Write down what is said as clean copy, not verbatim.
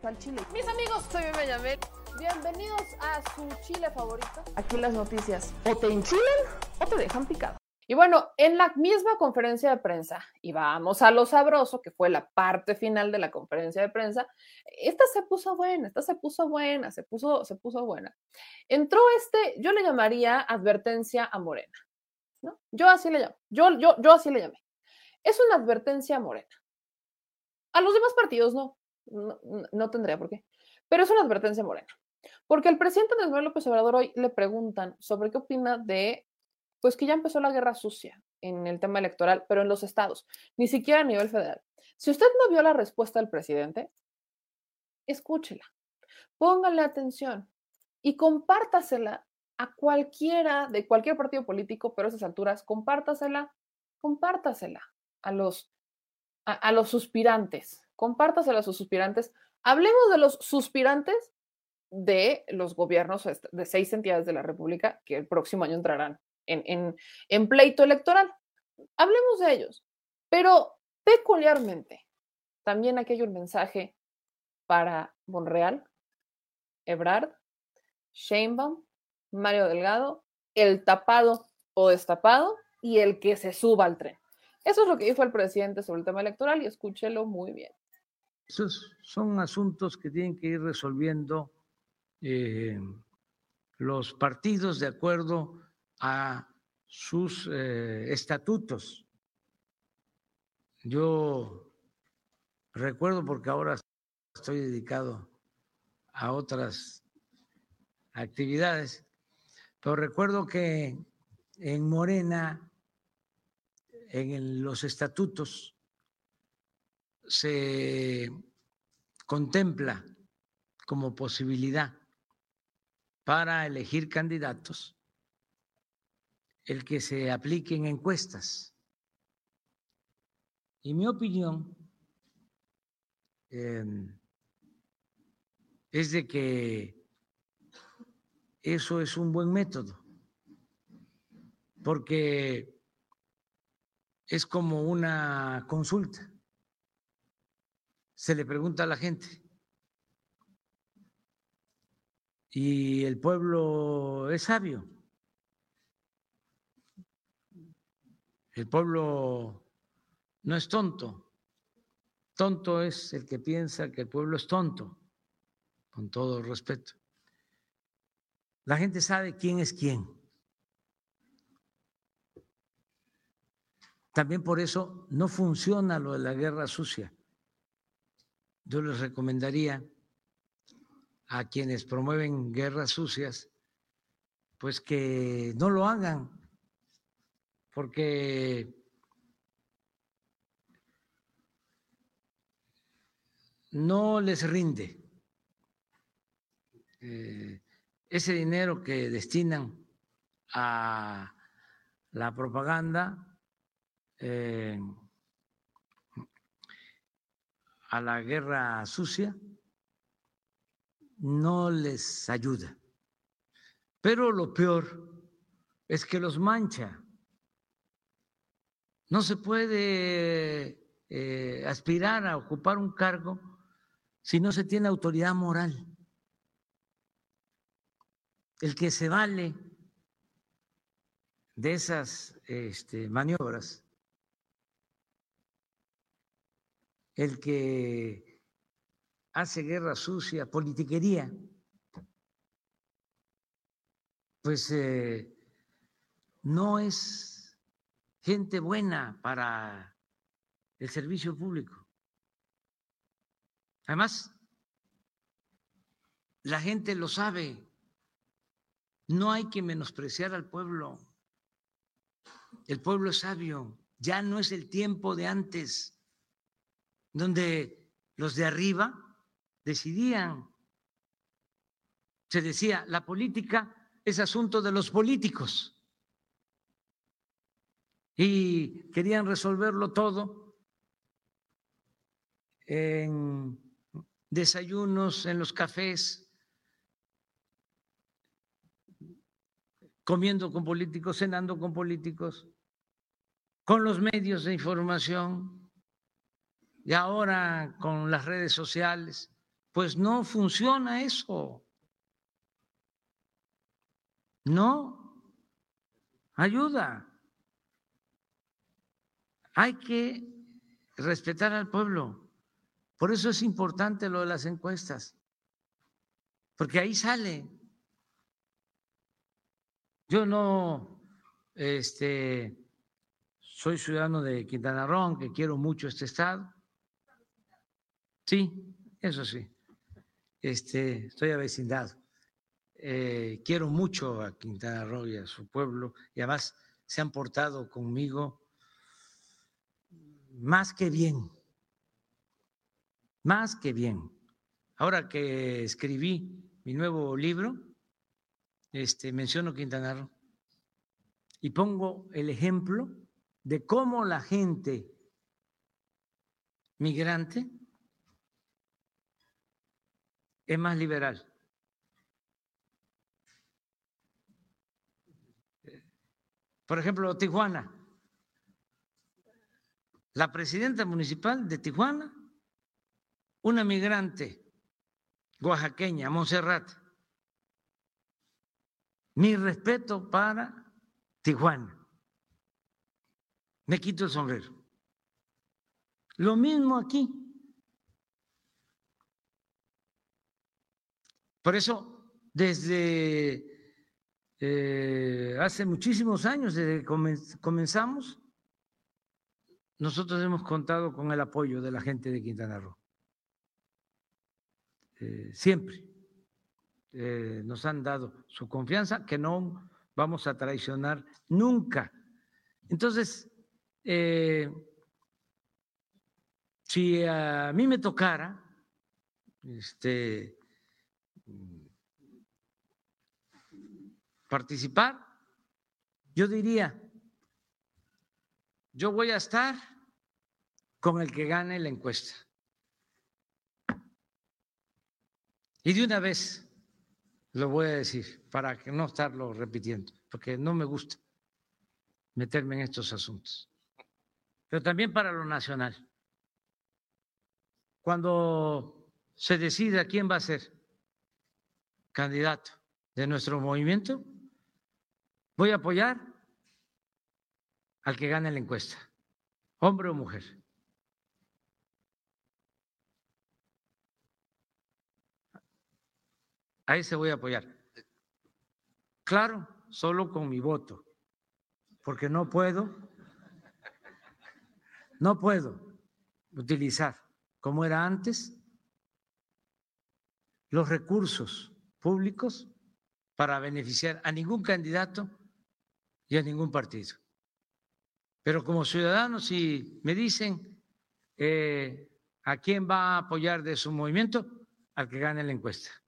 Al chile. Mis amigos, soy Bebe Yamel. Bienvenidos a su chile favorito. Aquí las noticias o te enchilan o te dejan picado. Y bueno, en la misma conferencia de prensa, y vamos a lo sabroso, que fue la parte final de la conferencia de prensa, esta se puso buena, se puso buena. Entró yo le llamaría advertencia a Morena, ¿no? Yo así le llamo, yo así le llamé. Es una advertencia a Morena. A los demás partidos no tendría por qué, pero es una advertencia a Morena. Porque el presidente Andrés Manuel López Obrador hoy le preguntan sobre qué opina de, pues que ya empezó la guerra sucia en el tema electoral, pero en los estados, ni siquiera a nivel federal. Si usted no vio la respuesta del presidente, escúchela, póngale atención y compártasela a cualquiera de cualquier partido político, pero a esas alturas, compártasela a los suspirantes, compártasela a sus suspirantes. Hablemos de los suspirantes de los gobiernos de 6 entidades de la República que el próximo año entrarán en pleito electoral. Hablemos de ellos. Pero peculiarmente, también aquí hay un mensaje para Monreal, Ebrard, Sheinbaum, Mario Delgado, el tapado o destapado y el que se suba al tren. Eso es lo que dijo el presidente sobre el tema electoral y escúchelo muy bien. Esos son asuntos que tienen que ir resolviendo los partidos de acuerdo a sus estatutos. Yo recuerdo, porque ahora estoy dedicado a otras actividades, pero recuerdo que en Morena, en los estatutos, se contempla como posibilidad para elegir candidatos el que se apliquen encuestas. Y mi opinión es de que eso es un buen método, porque es como una consulta. Se le pregunta a la gente y el pueblo es sabio. El pueblo no es tonto. Tonto es el que piensa que el pueblo es tonto, con todo respeto. La gente sabe quién es quién. También por eso no funciona lo de la guerra sucia. Yo les recomendaría a quienes promueven guerras sucias, pues que no lo hagan, porque no les rinde ese dinero que destinan a la propaganda, a la guerra sucia, no les ayuda. Pero lo peor es que los mancha. No se puede aspirar a ocupar un cargo si no se tiene autoridad moral. El que se vale de esas maniobras, el que hace guerra sucia, politiquería, pues no es gente buena para el servicio público. Además, la gente lo sabe. No hay que menospreciar al pueblo. El pueblo es sabio. Ya no es el tiempo de antes, donde los de arriba decidían. Se decía, la política es asunto de los políticos. Y querían resolverlo todo en desayunos, en los cafés, comiendo con políticos, cenando con políticos, con los medios de información y ahora con las redes sociales. pues no funciona eso. No ayuda. Hay que respetar al pueblo. Por eso es importante lo de las encuestas, porque ahí sale. Yo no soy ciudadano de Quintana Roo, aunque quiero mucho este estado. Sí, eso sí. Estoy avecindado. Quiero mucho a Quintana Roo y a su pueblo, y además se han portado conmigo más que bien, más que bien. Ahora que escribí mi nuevo libro, menciono Quintana Roo y pongo el ejemplo de cómo la gente migrante es más liberal. Por ejemplo, Tijuana. La presidenta municipal de Tijuana, una migrante oaxaqueña, Montserrat. Mi respeto para Tijuana. Me quito el sombrero. Lo mismo aquí. Por eso, desde hace muchísimos años, desde que comenzamos, nosotros hemos contado con el apoyo de la gente de Quintana Roo. Siempre nos han dado su confianza, que no vamos a traicionar nunca. Entonces, si a mí me tocara participar, yo diría, yo voy a estar con el que gane la encuesta. Y de una vez lo voy a decir para que no estarlo repitiendo, porque no me gusta meterme en estos asuntos. Pero también para lo nacional. Cuando se decida quién va a ser candidato de nuestro movimiento, voy a apoyar al que gane la encuesta, hombre o mujer. A ese voy a apoyar. Claro, solo con mi voto, porque no puedo utilizar, como era antes, los recursos públicos para beneficiar a ningún candidato y a ningún partido. Pero como ciudadanos, si me dicen a quién va a apoyar de su movimiento, al que gane la encuesta.